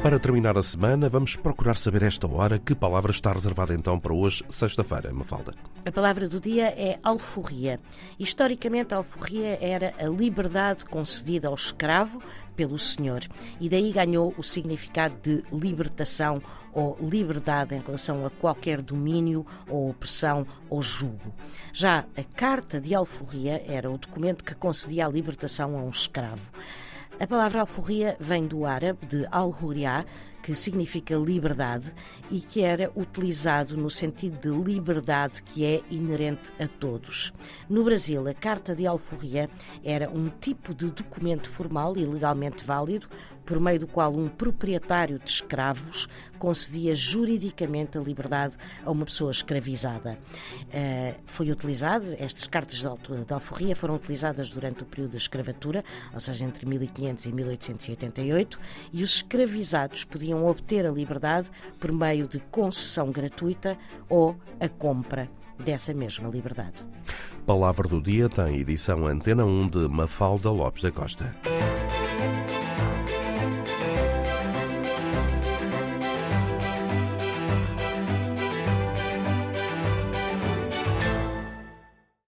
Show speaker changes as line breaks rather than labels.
Para terminar a semana, vamos procurar saber a esta hora que palavra está reservada então para hoje, sexta-feira, Mafalda.
A palavra do dia é alforria. Historicamente, a alforria era a liberdade concedida ao escravo pelo senhor e daí ganhou o significado de libertação ou liberdade em relação a qualquer domínio ou opressão ou jugo. Já a carta de alforria era o documento que concedia a libertação a um escravo. A palavra alforria vem do árabe, de al-hurriya, que significa liberdade e que era utilizado no sentido de liberdade que é inerente a todos. No Brasil, a carta de alforria era um tipo de documento formal e legalmente válido, por meio do qual um proprietário de escravos concedia juridicamente a liberdade a uma pessoa escravizada. Foi utilizado, estas cartas de alforria foram utilizadas durante o período da escravatura, ou seja, entre 1500 e 1888, e os escravizados podiam obter a liberdade por meio de concessão gratuita ou a compra dessa mesma liberdade.
Palavra do dia tem edição Antena 1 de Mafalda Lopes da Costa.